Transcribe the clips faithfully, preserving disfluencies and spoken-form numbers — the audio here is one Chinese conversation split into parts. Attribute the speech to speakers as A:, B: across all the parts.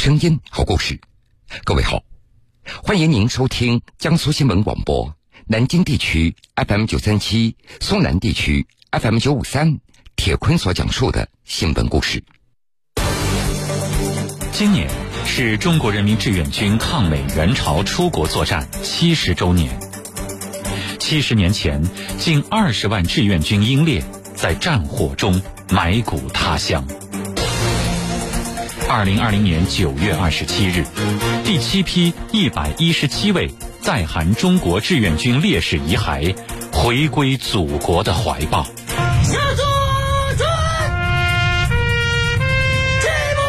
A: 声音，好故事。各位好，欢迎您收听江苏新闻广播南京地区 F M 九三七，苏南地区 F M 九五三，铁坤所讲述的新闻故事。
B: 今年是中国人民志愿军抗美援朝出国作战七十周年。七十年前，近二十万志愿军英烈在战火中埋骨他乡。二零二零年九月二十七日，第七批一百一十七位在韩中国志愿军烈士遗骸回归祖国的怀抱。
C: 下作战，进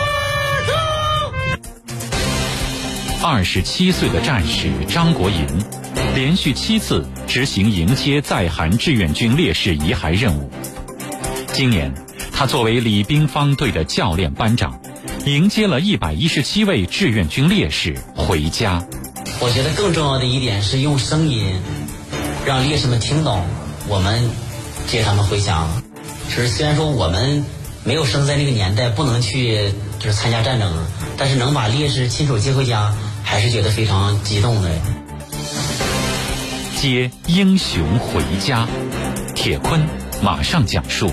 C: 步中。
B: 二十七岁的战士张国营，连续七次执行迎接在韩志愿军烈士遗骸任务。今年，他作为礼宾方队的教练班长，迎接了一百一十七位志愿军烈士回家。
D: 我觉得更重要的一点是用声音让烈士们听懂我们接他们回家。就是虽然说我们没有生在那个年代，不能去就是参加战争，但是能把烈士亲手接回家，还是觉得非常激动的。
B: 接英雄回家，铁坤马上讲述。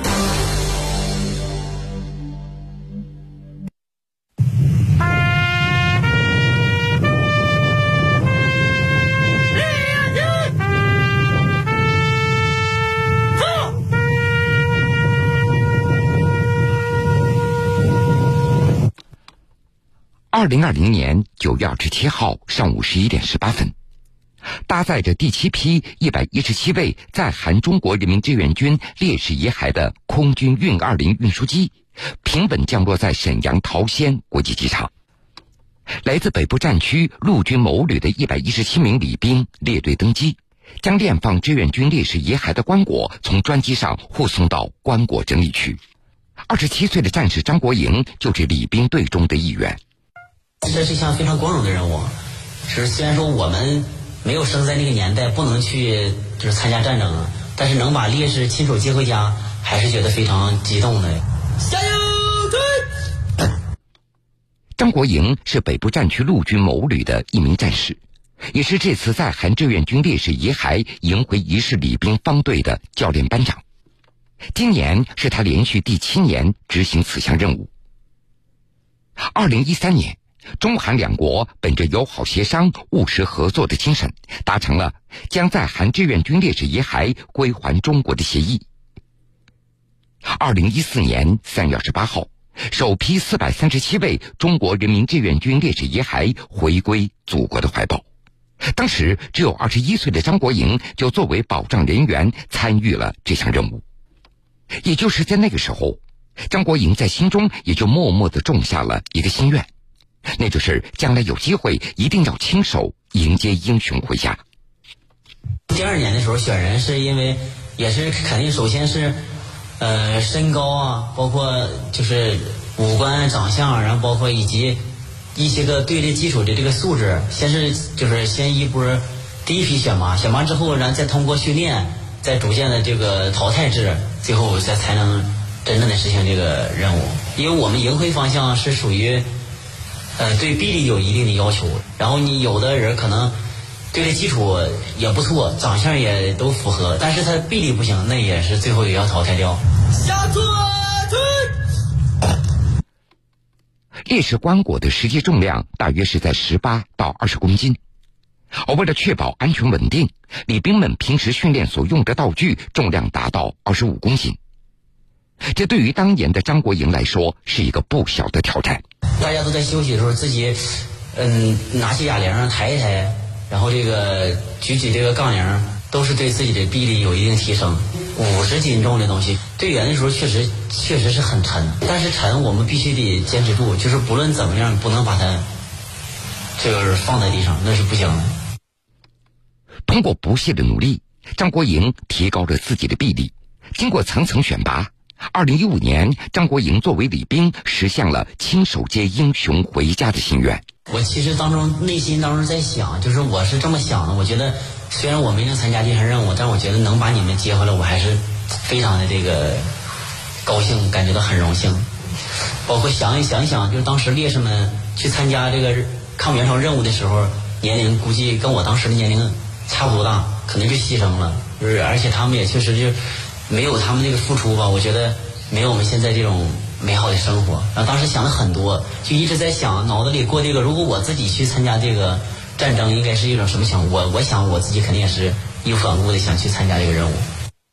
A: 二零二零年九月二十七号上午十一点十八分，搭载着第七批一百一十七位在韩中国人民志愿军烈士遗骸的空军运二零运输机平稳降落在沈阳桃仙国际机场。来自北部战区陆军某旅的一百一十七名礼宾列队登机，将殓放志愿军烈士遗骸的棺椁从专机上护送到棺椁整理区。二十七岁的战士张国营就是礼宾队中的一员。
D: 这是一项非常光荣的任务。是虽然说我们没有生在那个年代，不能去就是参加战争，但是能把烈士亲手接回家，还是觉得非常激动的。
C: 加油！对。
A: 张国营是北部战区陆军某旅的一名战士，也是这次在韩志愿军烈士遗骸迎回仪式礼宾方队的教练班长。今年是他连续第七年执行此项任务。二零一三年，中韩两国本着友好协商、务实合作的精神，达成了将在韩志愿军烈士遗骸归还中国的协议。二零一四年三月二十八号，首批四百三十七位中国人民志愿军烈士遗骸回归祖国的怀抱。当时只有二十一岁的张国营就作为保障人员参与了这项任务。也就是在那个时候，张国营在心中也就默默地种下了一个心愿，那就是将来有机会一定要亲手迎接英雄回家。
D: 第二年的时候选人是因为也是肯定首先是呃身高啊，包括就是五官长相，然后包括以及一些个对这基础的这个素质，先是就是先一波第一批选拔，选拔之后然后再通过训练，再逐渐的这个淘汰制，最后再才能真正的实行这个任务。因为我们营会方向是属于呃对臂力有一定的要求，然后你有的人可能对这基础也不错，长相也都符合，但是他臂力不行，那也是最后也要淘汰掉。
C: 下作推。
A: 烈士棺椁的实际重量大约是在十八到二十公斤，而为了确保安全稳定，礼宾们平时训练所用的道具重量达到二十五公斤。这对于当年的张国营来说是一个不小的挑战。
D: 大家都在休息的时候，自己嗯拿起哑铃抬一抬，然后这个举起这个杠铃，都是对自己的臂力有一定提升。五十斤重的东西，队员的时候确实确实是很沉，但是沉我们必须得坚持住，就是不论怎么样，不能把它这个放在地上，那是不行的。
A: 通过不懈的努力，张国营提高了自己的臂力。经过层层选拔，二零一五年，张国营作为礼宾，实现了亲手接英雄回家的心愿。
D: 我其实当中内心当中在想，就是我是这么想的，我觉得虽然我没能参加这项任务，但我觉得能把你们接回来，我还是非常的这个高兴，感觉到很荣幸。 包括想一想一想，就是当时烈士们去参加这个抗美援朝任务的时候，年龄估计跟我当时的年龄差不多大，可能就牺牲了。就是而且他们也确实就没有他们那个付出吧，我觉得没有我们现在这种美好的生活。然后当时想了很多，就一直在想，脑子里过这个，如果我自己去参加这个战争，应该是一种什么情况？我我想我自己肯定也是义无反顾的想去参加这个任务。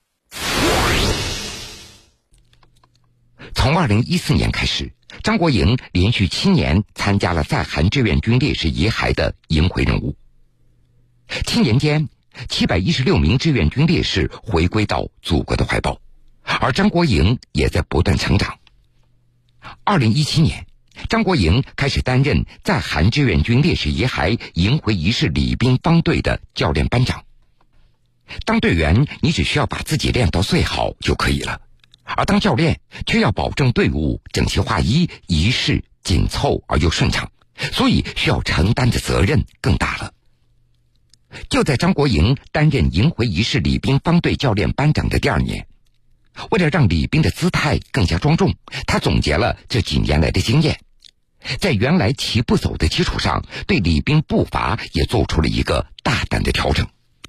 A: 从二零一四年开始，张国营连续七年参加了在韩志愿军烈士遗骸的迎回任务。七年间，七百一十六名志愿军烈士回归到祖国的怀抱，而张国营也在不断成长。二零一七年，张国营开始担任在韩志愿军烈士遗骸迎回仪式礼宾方队的教练班长。当队员，你只需要把自己练到最好就可以了。而当教练却要保证队伍整齐划一，仪式紧凑而又顺畅，所以需要承担的责任更大了。就在张国营担任迎回仪式礼宾方队教练班长的第二年，为了让礼宾的姿态更加庄重，他总结了这几年来的经验，在原来齐步走的基础上，对礼宾步伐也做出了一个大胆的调整。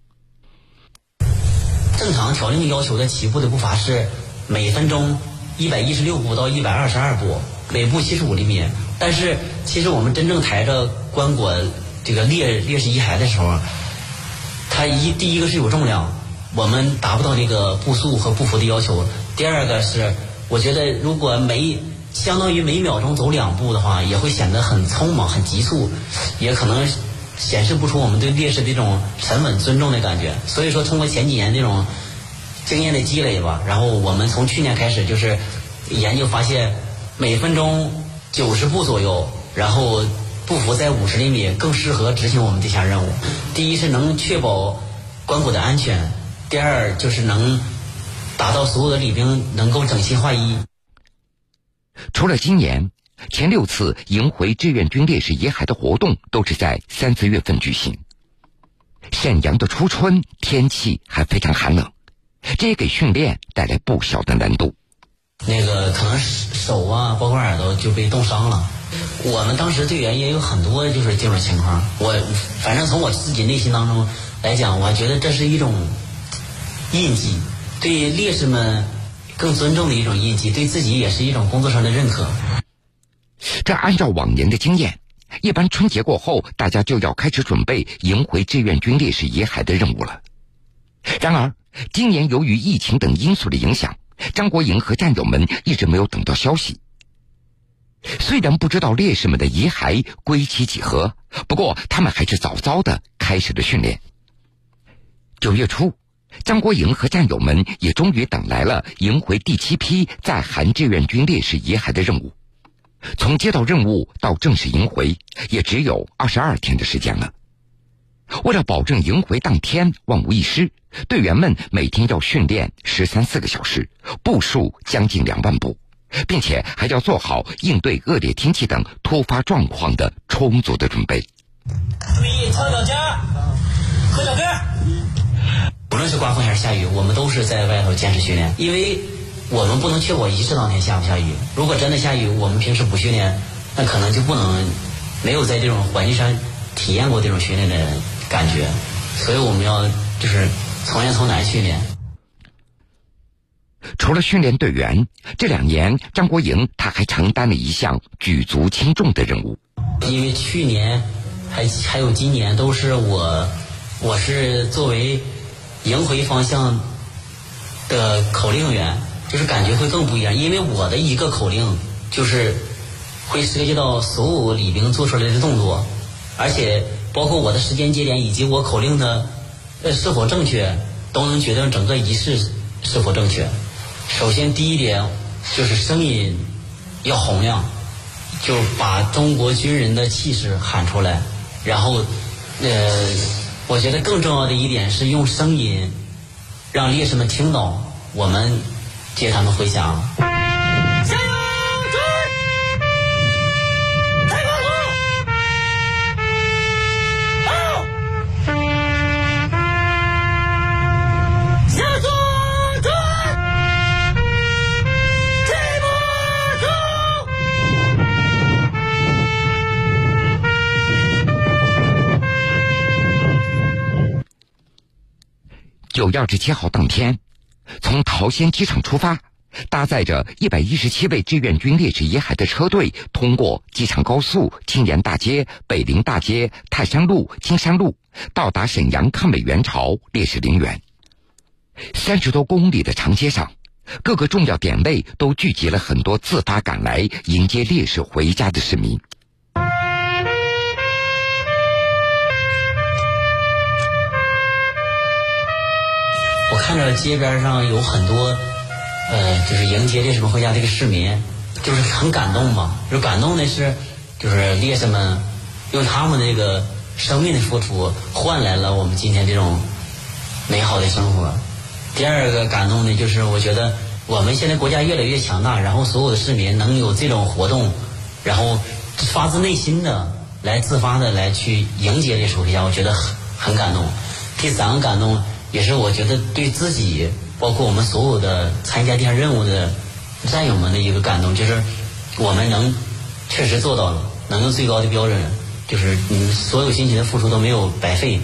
D: 正常条令要求的齐步的步伐是每分钟一百一十六步到一百二十二步，每步七十五厘米。但是其实我们真正抬着棺椁这个烈烈士遗骸的时候，它一第一个是有重量，我们达不到这个步速和步幅的要求。第二个是我觉得如果每相当于每秒钟走两步的话，也会显得很匆忙很急促，也可能显示不出我们对烈士的这种沉稳尊重的感觉。所以说通过前几年这种经验的积累吧，然后我们从去年开始就是研究发现，每分钟九十步左右，然后步幅在五十厘米更适合执行我们这项任务。第一是能确保棺椁的安全，第二就是能达到所有的礼宾能够整齐划一。
A: 除了今年，前六次迎回志愿军烈士遗骸的活动都是在三四月份举行。沈阳的初春天气还非常寒冷，这也给训练带来不小的难度。
D: 那个可能手啊包括耳朵就被冻伤了，我们当时队员也有很多就是这种情况。我反正从我自己内心当中来讲，我觉得这是一种印记，对烈士们更尊重的一种印记，对自己也是一种工作上的认可。
A: 这按照往年的经验，一般春节过后大家就要开始准备迎回志愿军烈士遗骸的任务了。然而今年由于疫情等因素的影响，张国营和战友们一直没有等到消息。虽然不知道烈士们的遗骸归期几何，不过他们还是早早的开始了训练。九月初，张国营和战友们也终于等来了迎回第七批在韩志愿军烈士遗骸的任务。从接到任务到正式迎回，也只有二十二天的时间了。为了保证迎回当天万无一失，队员们每天要训练十三四个小时，步数将近两万步，并且还要做好应对恶劣天气等突发状况的充足的准备。
C: 注意唱小家，喝小歌。
D: 无论是刮风还是下雨，我们都是在外头坚持训练，因为我们不能确保仪式当天下不下雨。如果真的下雨，我们平时不训练，那可能就不能没有在这种环境上体验过这种训练的感觉。所以我们要就是从严从难训练。
A: 除了训练队员，这两年张国营他还承担了一项举足轻重的任务。
D: 因为去年还还有今年都是我我是作为迎回方向的口令员，就是感觉会更不一样。因为我的一个口令就是会涉及到所有礼宾做出来的动作，而且包括我的时间节点以及我口令的呃是否正确，都能决定整个仪式是否正确。首先第一点就是声音要洪亮，就把中国军人的气势喊出来。然后呃我觉得更重要的一点是用声音让烈士们听到我们接他们回响。
C: 加油！追！太快了！好！下坐追！这步走！
A: 月二十七号当天，从桃仙机场出发，搭载着一百一十七位志愿军烈士遗骸的车队，通过机场高速、青岩大街、北陵大街、泰山路、金山路，到达沈阳抗美援朝烈士陵园。三十多公里的长街上，各个重要点位都聚集了很多自发赶来迎接烈士回家的市民。
D: 我看着街边上有很多呃，就是迎接烈士们回家这个市民，就是很感动嘛。就感动的是，就是烈士们用他们的这个生命的付出，换来了我们今天这种美好的生活。第二个感动的就是，我觉得我们现在国家越来越强大，然后所有的市民能有这种活动，然后发自内心的来自发的来去迎接烈士回家，我觉得很很感动。第三个感动也是我觉得对自己，包括我们所有的参加这项任务的战友们的一个感动，就是我们能确实做到了，能用最高的标准，就是你们所有辛勤的付出都没有白费。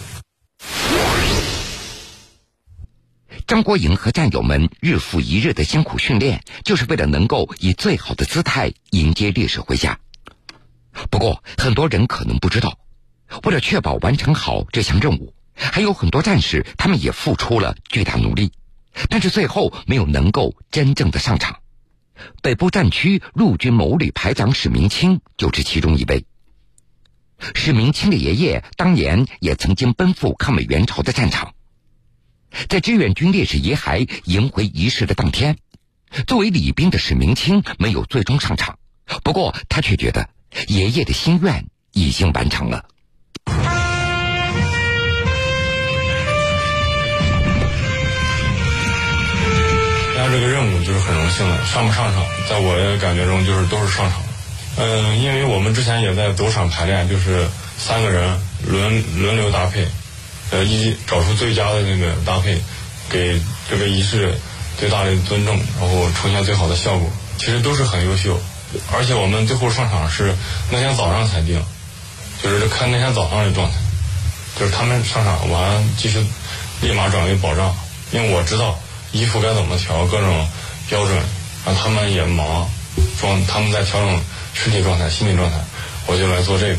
A: 张国营和战友们日复一日的辛苦训练，就是为了能够以最好的姿态迎接烈士回家。不过很多人可能不知道，为了确保完成好这项任务，还有很多战士他们也付出了巨大努力，但是最后没有能够真正的上场。北部战区陆军某旅排长史明清就是其中一位。史明清的爷爷当年也曾经奔赴抗美援朝的战场，在志愿军烈士遗骸迎回仪式的当天，作为礼兵的史明清没有最终上场，不过他却觉得爷爷的心愿已经完成了。
E: 参加这个任务就是很荣幸的，上不上场在我的感觉中就是都是上场。嗯、呃，因为我们之前也在走场排练，就是三个人轮轮流搭配，呃，一找出最佳的那个搭配，给这个仪式最大的尊重，然后呈现最好的效果。其实都是很优秀，而且我们最后上场是那天早上才定，就是看那天早上的状态，就是他们上场完继续立马转为保障，因为我知道衣服该怎么调，各种标准，然后他们也忙，装他们在调整身体状态、心理状态，我就来做这个。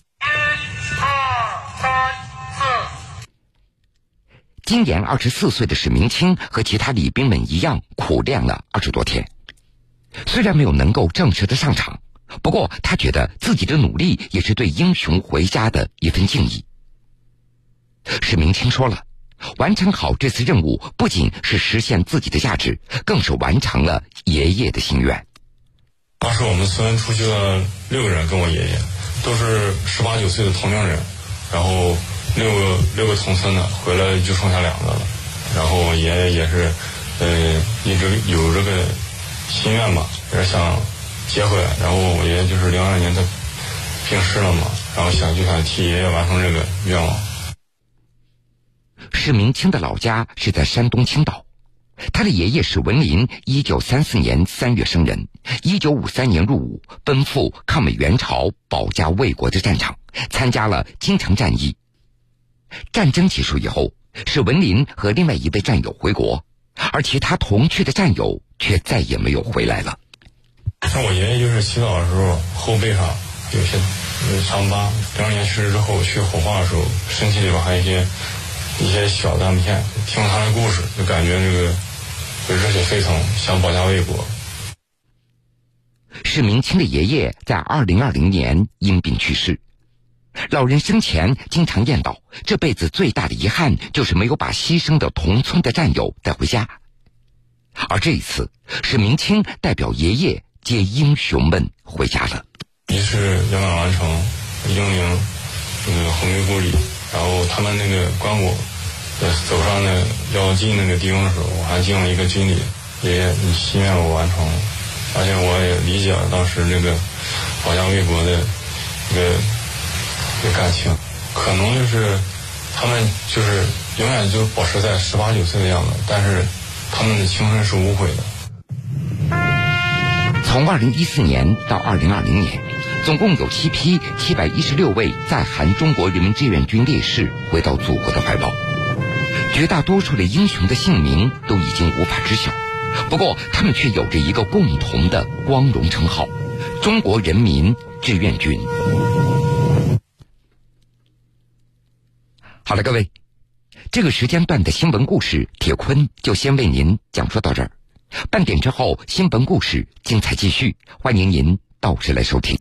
A: 今年二十四岁的史明清和其他礼兵们一样，苦练了二十多天。虽然没有能够正式的上场，不过他觉得自己的努力也是对英雄回家的一份敬意。史明清说了，完成好这次任务不仅是实现自己的价值，更是完成了爷爷的心愿。
E: 当时我们村出去了六个人，跟我爷爷都是十八九岁的同龄人，然后六个六个同村的回来就剩下两个了，然后我爷爷也是呃一直有这个心愿吧，也是想接回来，然后我爷爷就是零二年他病逝了嘛，然后想就想替爷爷完成这个愿望。
A: 史明清的老家是在山东青岛，他的爷爷史文林一九三四年三月生人，一九五三年入伍，奔赴抗美援朝保家卫国的战场，参加了金城战役。战争结束以后，史文林和另外一位战友回国，而其他同去的战友却再也没有回来了。
E: 像我爷爷就是洗澡的时候后背上有些伤疤，零二年去世之后去火化的时候，身体里边还有一些一些小弹片，听他的故事就感觉这个就热血沸腾，想保家卫国。
A: 史明清的爷爷在二零二零年因病去世，老人生前经常念叨，这辈子最大的遗憾就是没有把牺牲的同村的战友带回家。而这一次，史明清代表爷爷接英雄们回家了。
E: 仪式圆满完成，英灵那个回归故里，然后他们那个棺椁呃走上那要进那个地方的时候，我还敬了一个军礼，爷爷你心愿我完成了，而且我也理解了当时那个保家卫国的一个一个感情，可能就是他们就是永远就保持在十八九岁的样子，但是他们的青春是无悔的。
A: 从二零一四年到二零二零年，总共有七批七百一十六位在韩中国人民志愿军烈士回到祖国的怀抱。 绝大多数的英雄的姓名都已经无法知晓，不过他们却有着一个共同的光荣称号——中国人民志愿军。好了，各位，这个时间段的新闻故事，铁坤就先为您讲述到这儿。半点之后，新闻故事精彩继续，欢迎您到时来收听。